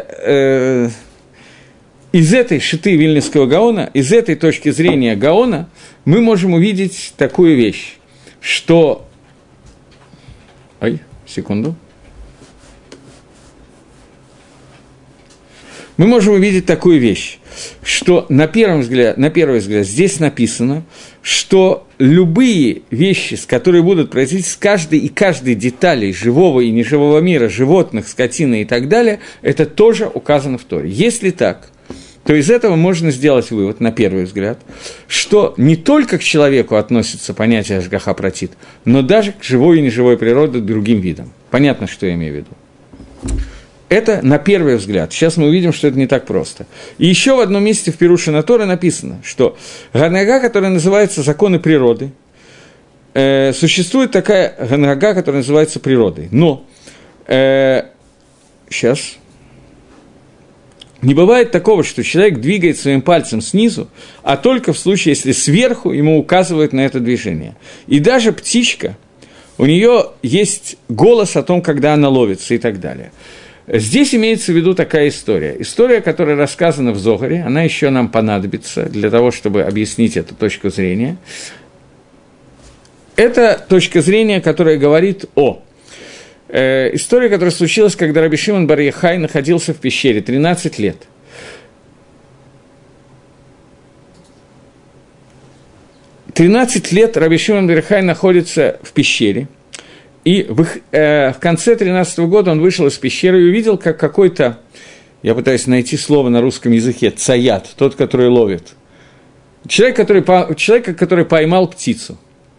из этой шиты Вильнюсского Гаона, из этой точки зрения Гаона, мы можем увидеть такую вещь, что... секунду. Мы можем увидеть такую вещь, что на первый взгляд здесь написано, что любые вещи, которые будут происходить с каждой деталей живого и неживого мира, животных, скотины и так далее, это тоже указано в Торе. Если так, то из этого можно сделать вывод, на первый взгляд, что не только к человеку относится понятие ашгаха пратит, но даже к живой и неживой природе другим видам. Понятно, что я имею в виду. Это на первый взгляд. Сейчас мы увидим, что это не так просто. И еще в одном месте в Пируше на Торе написано, что ганага, которая называется законы природы, существует такая ганага, которая называется природой. Но сейчас... Не бывает такого, что человек двигает своим пальцем снизу, а только в случае, если сверху ему указывают на это движение. И даже птичка, у нее есть голос о том, когда она ловится и так далее. Здесь имеется в виду такая история. История, которая рассказана в Зогаре, она еще нам понадобится для того, чтобы объяснить эту точку зрения. Это точка зрения, которая говорит о... История, которая случилась, когда Раби Шимон бар Йохай находился в пещере 13 лет. 13 лет Раби Шимон бар Йохай находится в пещере, и в конце 13 года он вышел из пещеры и увидел, как какой-то, я пытаюсь найти слово на русском языке, цаят, тот, который ловит, человека, который поймал птицу.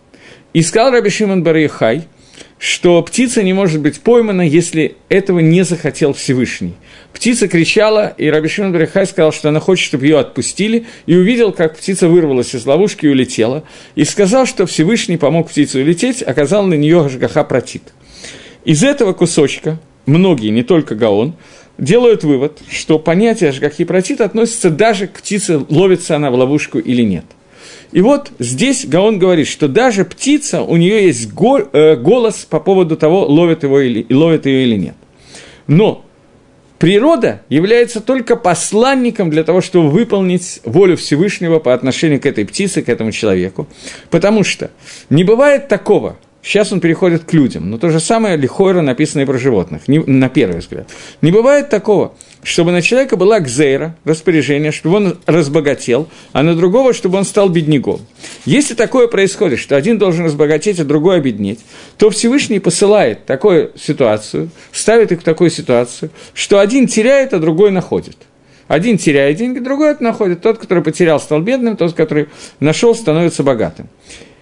И сказал Раби Шимон бар Йохай, что птица не может быть поймана, если этого не захотел Всевышний. Птица кричала, и Раби Шимон бар Йохай сказал, что она хочет, чтобы ее отпустили, и увидел, как птица вырвалась из ловушки и улетела, и сказал, что Всевышний помог птице улететь, оказал на нее ашгаха пратит. Из этого кусочка многие, не только Гаон, делают вывод, что понятие ашгахи пратит относится даже к птице, ловится она в ловушку или нет. И вот здесь Гаон говорит, что даже птица, у нее есть голос по поводу того, ловит ее или нет. Но природа является только посланником для того, чтобы выполнить волю Всевышнего по отношению к этой птице, к этому человеку. Потому что не бывает такого, сейчас он переходит к людям, но то же самое лихойра, написанное про животных, на первый взгляд. Не бывает такого, чтобы на человека была гзейра, распоряжение, чтобы он разбогател, а на другого, чтобы он стал бедняком. Если такое происходит, что один должен разбогатеть, а другой обеднеть, то Всевышний посылает такую ситуацию, ставит их в такую ситуацию, что один теряет, а другой находит. Один теряет деньги, другой это находит. Тот, который потерял, стал бедным, тот, который нашел, становится богатым.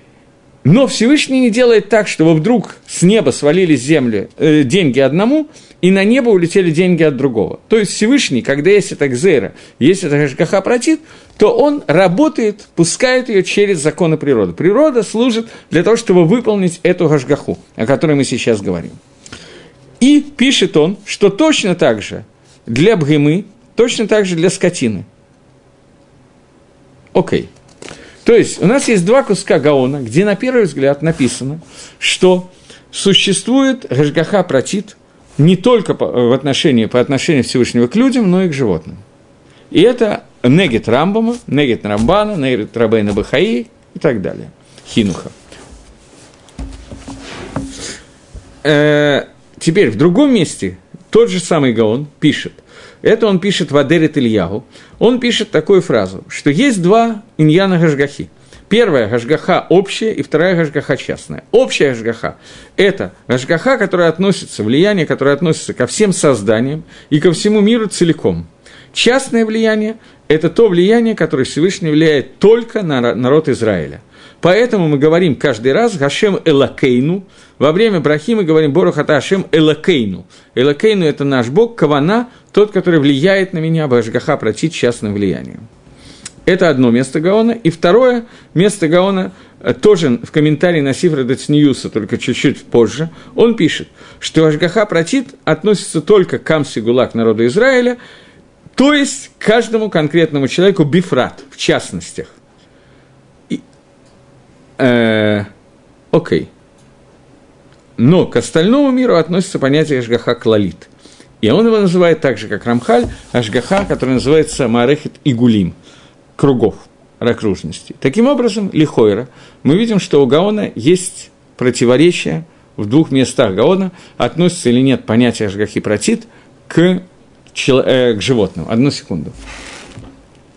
Но Всевышний не делает так, чтобы вдруг с неба свалились деньги одному, и на небо улетели деньги от другого. То есть Всевышний, когда есть эта гзейра, есть эта ашгаха пратит, то он работает, пускает ее через законы природы. Природа служит для того, чтобы выполнить эту ашгаху, о которой мы сейчас говорим. И пишет он, что точно так же для бгемы, точно так же для скотины. Окей. То есть у нас есть два куска Гаона, где на первый взгляд написано, что существует ашгаха пратит не только по отношению Всевышнего к людям, но и к животным. И это негет Рамбама, негет Рамбана, негет Рабейна Бахаи и так далее. Хинуха. Теперь в другом месте тот же самый Гаон пишет, это он пишет в Адерет Ильягу, он пишет такую фразу, что есть два иньяна гашгахи. Первая гашгаха общая и вторая гашгаха частная. Общая гашгаха – это гашгаха, которая относится, влияние, которое относится ко всем созданиям и ко всему миру целиком. Частное влияние – это то влияние, которое Всевышний влияет только на народ Израиля. Поэтому мы говорим каждый раз «Гашем Элокейну». Во время брахи мы говорим «Борух ата Ашем Элокейну». Элокейну – это наш Бог, Кавана, тот, который влияет на меня, Гашгаха пратит частным влиянием. Это одно место Гаона. И второе место Гаона, тоже в комментарии на Сифра Децниюса, только чуть-чуть позже, он пишет, что Ашгаха пратит относится только к Амси Гула, к народу Израиля, то есть к каждому конкретному человеку бифрат, в частностях. Окей. Но к остальному миру относится понятие Ашгаха клалит. И он его называет так же, как Рамхаль, Ашгаха, который называется Маарехет Игулим, кругов, окружности. Таким образом, лихойра, мы видим, что у Гаона есть противоречие в двух местах Гаона, относится или нет понятие Ашгахи пратит к животным. Одну секунду.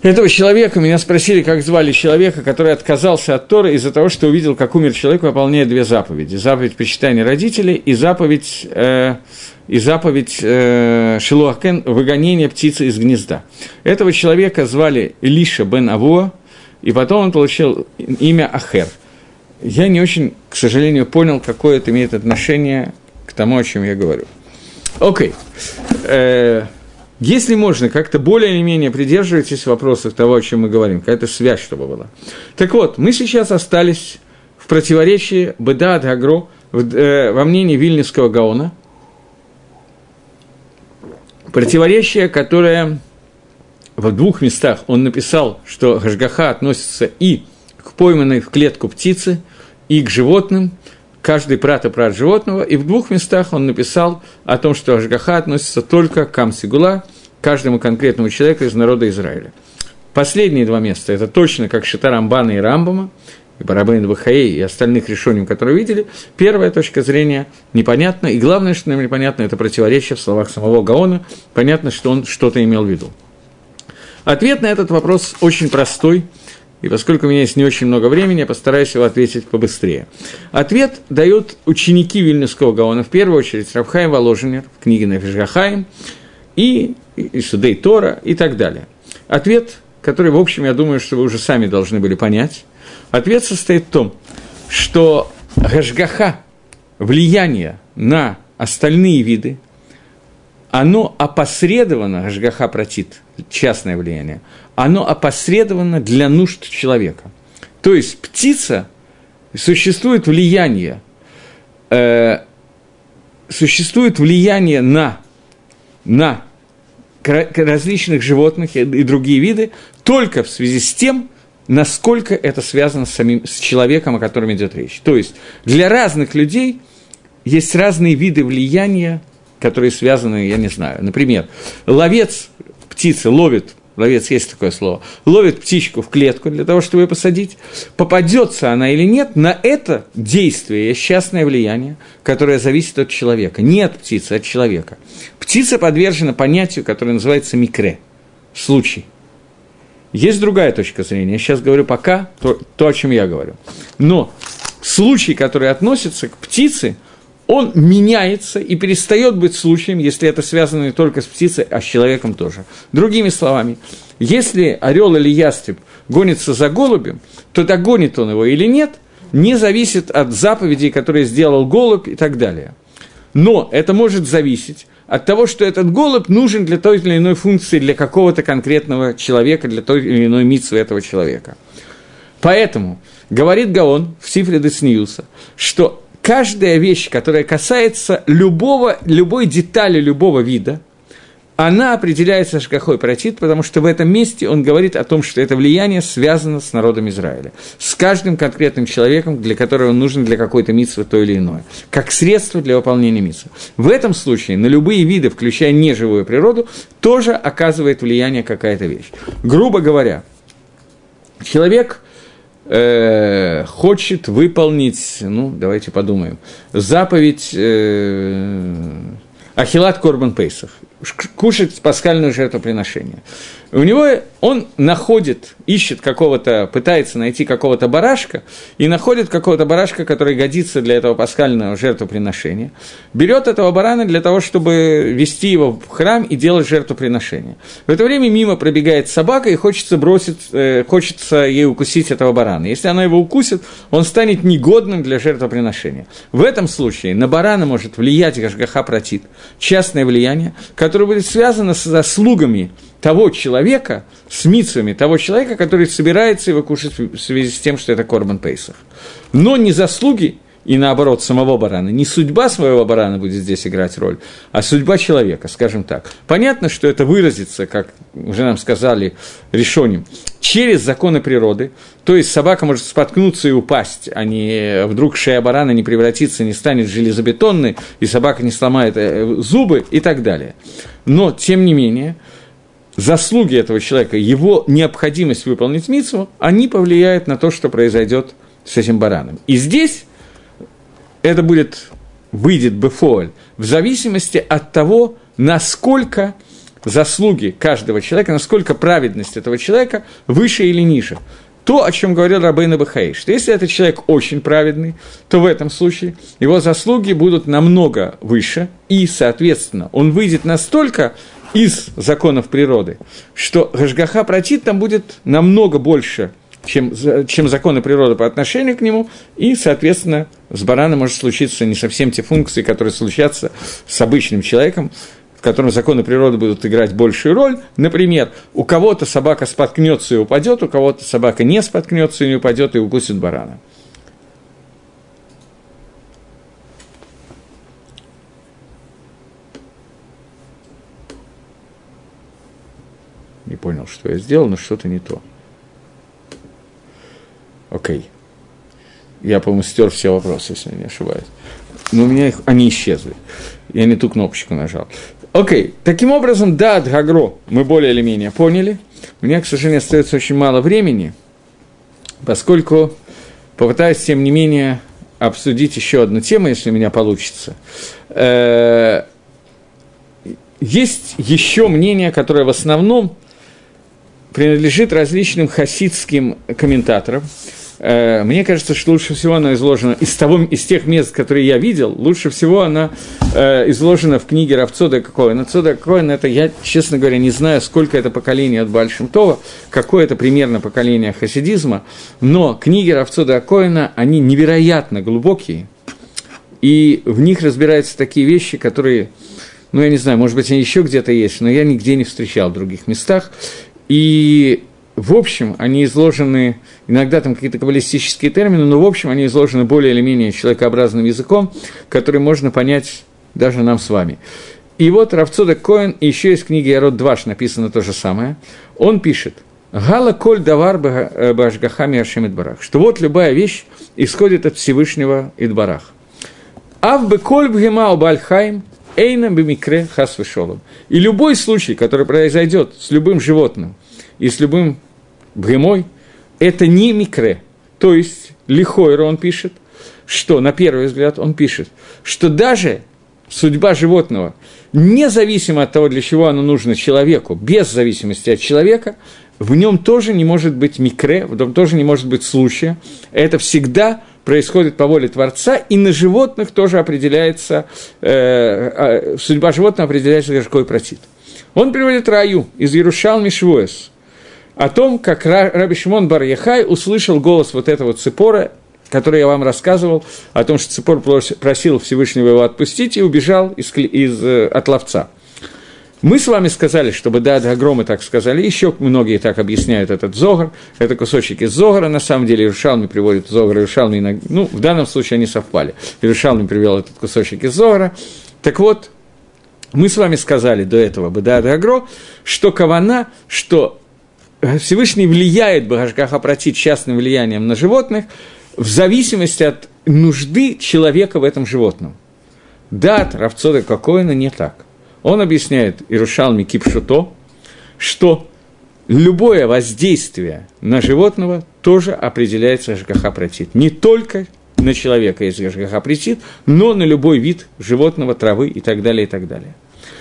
этого человека, меня спросили, как звали человека, который отказался от Торы из-за того, что увидел, как умер человек, выполняя две заповеди. Заповедь почитания родителей и заповедь Шилуакен, выгонение птицы из гнезда. Этого человека звали Илиша бен Авуа, и потом он получил имя Ахер. Я не очень, к сожалению, понял, какое это имеет отношение к тому, о чем я говорю. Окей. Если можно, как-то более или менее придерживайтесь вопросов того, о чем мы говорим, какая-то связь, чтобы была. Так вот, мы сейчас остались в противоречии Бедаат Гагро во мнении Вильнюсского Гаона, противоречие, которое в двух местах он написал, что Гашгаха относится и к пойманной в клетку птице, и к животным, каждый прат и прат животного, и в двух местах он написал о том, что Ашгаха относится только к Ам-Сигула, каждому конкретному человеку из народа Израиля. Последние два места – это точно как Шита Рамбана и Рамбама, и Барабейн Бахаи, и остальных решений, которые видели. Первая точка зрения непонятна, и главное, что нам непонятно, это противоречие в словах самого Гаона, понятно, что он что-то имел в виду. Ответ на этот вопрос очень простой, и поскольку у меня есть не очень много времени, я постараюсь его ответить побыстрее. Ответ дают ученики Вильнюсского Гаона, в первую очередь Рав Хаим Воложенер в книге Нефеш ха-Хаим, и Судей Тора, и так далее. Ответ, который, в общем, я думаю, что вы уже сами должны были понять, ответ состоит в том, что Гашгаха, влияние на остальные виды, оно опосредовано, Гашгаха протит, частное влияние, оно опосредовано для нужд человека. То есть птица, существует влияние на различных животных и другие виды только в связи с тем, насколько это связано с человеком, о котором идет речь. То есть для разных людей есть разные виды влияния, которые связаны, я не знаю, например, ловец птицы ловит, есть такое слово, ловит птичку в клетку для того, чтобы ее посадить, попадется она или нет, на это действие есть частное влияние, которое зависит от человека, не от птицы, а от человека. Птица подвержена понятию, которое называется микре, случай. Есть другая точка зрения, я сейчас говорю пока то, о чем я говорю. Но случай, который относится к птице, он меняется и перестает быть случаем, если это связано не только с птицей, а с человеком тоже. Другими словами, если орел или ястреб гонится за голубем, то догонит он его или нет, не зависит от заповедей, которые сделал голубь и так далее. Но это может зависеть от того, что этот голубь нужен для той или иной функции, для какого-то конкретного человека, для той или иной мицвы этого человека. Поэтому говорит Гаон в Сифре де Цниюса, что каждая вещь, которая касается любой детали любого вида, она определяется Ашгахой протит, потому что в этом месте он говорит о том, что это влияние связано с народом Израиля, с каждым конкретным человеком, для которого он нужен для какой-то мицвы то или иное, как средство для выполнения мицвы. В этом случае на любые виды, включая неживую природу, тоже оказывает влияние какая-то вещь. Грубо говоря, человек хочет выполнить, давайте подумаем, заповедь Ахилат Корбан Пейсах, кушать пасхальное жертвоприношение. У него он ищет пытается найти какого-то барашка, и находит какого-то барашка, который годится для этого пасхального жертвоприношения, берет этого барана для того, чтобы вести его в храм и делать жертвоприношение. В это время мимо пробегает собака, и хочется ей укусить этого барана. Если она его укусит, он станет негодным для жертвоприношения. В этом случае на барана может влиять Гашгаха протит, частное влияние, которое будет связано с заслугами того человека, с мицвами того человека, который собирается его кушать в связи с тем, что это Корбан Пейсах. Но не заслуги, и наоборот, самого барана, не судьба своего барана будет здесь играть роль, а судьба человека, скажем так. Понятно, что это выразится, как уже нам сказали решоним, через законы природы, то есть собака может споткнуться и упасть, а не вдруг шея барана не превратится, не станет железобетонной, и собака не сломает зубы и так далее. Но, тем не менее, заслуги этого человека, его необходимость выполнить мицву, они повлияют на то, что произойдет с этим бараном. И здесь это выйдет бефоаль, в зависимости от того, насколько заслуги каждого человека, насколько праведность этого человека выше или ниже. То, о чем говорил Рабейну Бахаи, что если этот человек очень праведный, то в этом случае его заслуги будут намного выше, и, соответственно, он выйдет настолько из законов природы, что Гашгаха Пратит там будет намного больше, чем законы природы по отношению к нему, и, соответственно, с бараном может случиться не совсем те функции, которые случатся с обычным человеком, в котором законы природы будут играть большую роль. Например, у кого-то собака споткнется и упадет, у кого-то собака не споткнется и не упадет и укусит барана. Не понял, что я сделал, но что-то не то. Окей. Я, по-моему, стер все вопросы, если я не ошибаюсь. Но у меня они исчезли. Я не ту кнопочку нажал. Окей. Таким образом, да, Гагро мы более или менее поняли. У меня, к сожалению, остается очень мало времени, поскольку попытаюсь, тем не менее, обсудить еще одну тему, если у меня получится. Есть еще мнение, которое в основном принадлежит различным хасидским комментаторам. Мне кажется, что лучше всего она изложена из тех мест, которые я видел, лучше всего она изложена в книге Рав Цодека Коэна. Цодек Коэн – это, я, честно говоря, не знаю, сколько это поколений от Бааль Шем Това, какое это примерно поколение хасидизма, но книги Рав Цодека Коэна, они невероятно глубокие, и в них разбираются такие вещи, которые, ну, я не знаю, может быть, они еще где-то есть, но я нигде не встречал в других местах, и в общем, они изложены, иногда там какие-то каббалистические термины, но в общем они изложены более или менее человекообразным языком, который можно понять даже нам с вами. И вот Рав Цодек Коэн, и еще из книги Ярод Дваш написано то же самое, он пишет: «Гала коль давар башгахами Ашем Идбарах», что вот любая вещь исходит от Всевышнего Идбарах. «Ав бе коль бгема бальхайм эйна бемикре хас вешолом». И любой случай, который произойдет с любым животным, и с любым бгемой, это не микре. То есть, лихойро он пишет, что, на первый взгляд, он пишет, что даже судьба животного, независимо от того, для чего оно нужно человеку, без зависимости от человека, в нем тоже не может быть микре, в нем тоже не может быть случая. Это всегда происходит по воле Творца, и на животных тоже определяется, судьба животного определяется Гашгой Пратит. Он приводит раю из Иерушалми Швуэс, о том, как Раби Шимон бар Яхай услышал голос вот этого Ципора, который я вам рассказывал, о том, что Ципор просил Всевышнего его отпустить и убежал от ловца. Мы с вами сказали, чтобы да, Гагромы так сказали, еще многие так объясняют этот Зогар, это кусочек из Зогара, на самом деле Иерушалми приводит Зогар, Иерушалми иногда, ну, в данном случае они совпали, Иерушалми привел этот кусочек из Зогара. Так вот, мы с вами сказали до этого, да, Гагро, что кавана, что Всевышний влияет Гашгаха Пратит частным влиянием на животных в зависимости от нужды человека в этом животном. Да, от Рав Цодека Коэна не так. Он объясняет Иерушалми Кипшуто, что любое воздействие на животного тоже определяется Гашгаха Пратит. Не только на человека есть Гашгаха Пратит, но на любой вид животного, травы и так далее, и так далее.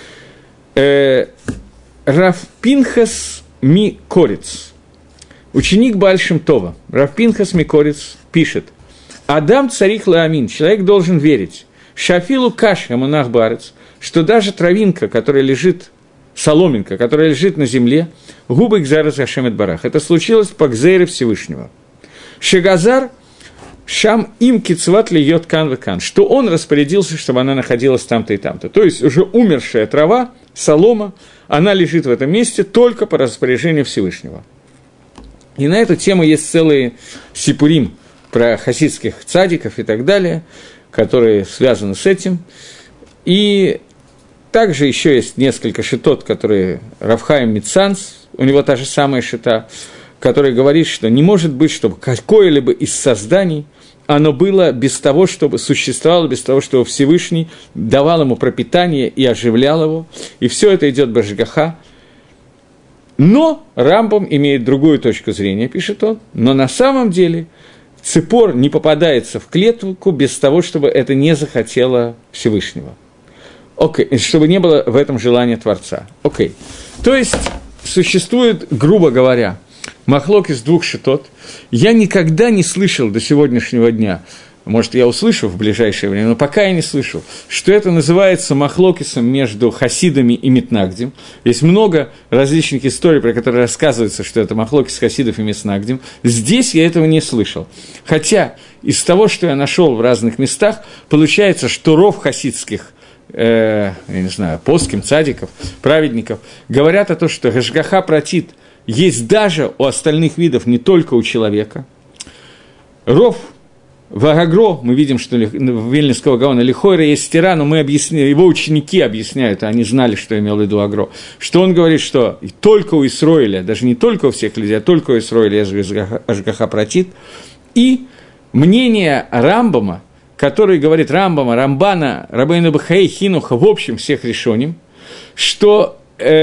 Рав Пинхас Микорец, ученик Бааль Шем Това, Рав Пинхас Микорец пишет: «Адам царих лаамин, человек должен верить, шафилу кашха монах барец, что даже травинка, которая лежит, соломинка, которая лежит на земле, губы гзара Ашем Идбарах». Это случилось по гзейре Всевышнего. Шегазар шам им кицват льет кан векан, что он распорядился, чтобы она находилась там-то и там-то. То есть уже умершая трава, солома, она лежит в этом месте только по распоряжению Всевышнего. И на эту тему есть целые сипурим про хасидских цадиков и так далее, которые связаны с этим. И также еще есть несколько шитот, которые Рав Хаим Мицанс, у него та же самая шита, который говорит, что не может быть, чтобы какое-либо из созданий оно было без того, чтобы существовало, без того, чтобы Всевышний давал ему пропитание и оживлял его, и все это идет башгаха. Но Рамбам имеет другую точку зрения, пишет он, но на самом деле ципор не попадается в клетку без того, чтобы это не захотело Всевышнего. Окей, чтобы не было в этом желания Творца. Окей. То есть существует, грубо говоря, махлок из двух шитот. Я никогда не слышал до сегодняшнего дня, может, я услышу в ближайшее время, но пока я не слышал, что это называется махлокисом между хасидами и митнагдим. Есть много различных историй, про которые рассказывается, что это махлокис хасидов и митнагдим. Здесь я этого не слышал. Хотя из того, что я нашел в разных местах, получается, что ров хасидских, я не знаю, поским, цадиков, праведников, говорят о том, что гашгаха пратит есть даже у остальных видов, не только у человека. Ров в Агагро мы видим, что в Вильнюсского Гаона Лихойра есть стира, но мы объясняем, его ученики объясняют, а они знали, что имел в виду Агро, что он говорит, что только у Исроиля, даже не только у всех людей, а только у Исроиля есть Ашгаха пратит. И мнение Рамбама, который говорит Рамбама, Рамбана, Рабейну Бахаи, Хинуха, в общем, всех решоним, что...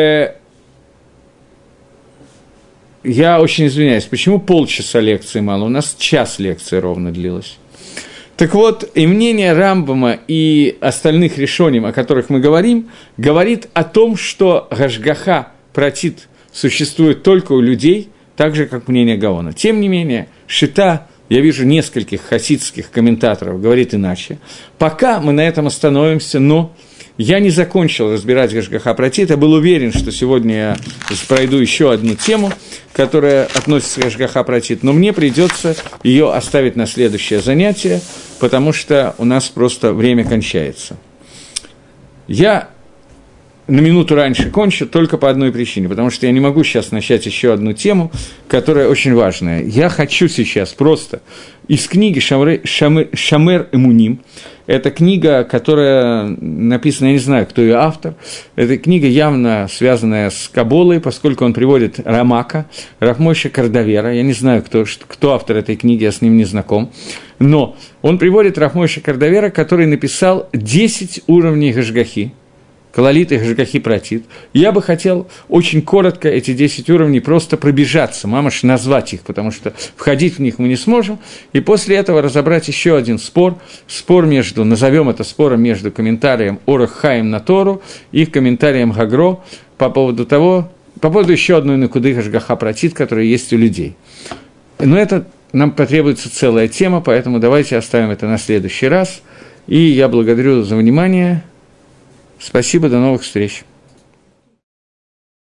Я очень извиняюсь, почему полчаса лекции мало? У нас час лекции ровно длилась. Так вот, и мнение Рамбама и остальных решоним, о которых мы говорим, говорит о том, что гашгаха пратит существует только у людей, так же, как мнение Гаона. Тем не менее, шита, я вижу нескольких хасидских комментаторов, говорит иначе. Пока мы на этом остановимся, но... Я не закончил разбирать гашгаха пратит, я был уверен, что сегодня я пройду еще одну тему, которая относится к гашгаха пратит, но мне придется ее оставить на следующее занятие, потому что у нас просто время кончается. Я на минуту раньше кончу только по одной причине, потому что я не могу сейчас начать еще одну тему, которая очень важная. Я хочу сейчас просто из книги «Шамер Эмуним», это книга, которая написана, я не знаю, кто ее автор, это книга явно связанная с Каболой, поскольку он приводит Рамака, Рав Мойше Кардавера, я не знаю, кто автор этой книги, я с ним не знаком, но он приводит Рав Мойше Кардавера, который написал 10 уровней гашгахи, Калалит и гашгахи пратит. Я бы хотел очень коротко эти 10 уровней просто пробежаться, мамаш назвать их, потому что входить в них мы не сможем, и после этого разобрать еще один спор между, назовем это спором между комментарием Орах Хаим на Тору и комментарием Гагро по поводу еще одной накуды гашгаха пратит, которая есть у людей. Но это нам потребуется целая тема, поэтому давайте оставим это на следующий раз, и я благодарю за внимание. Спасибо, до новых встреч.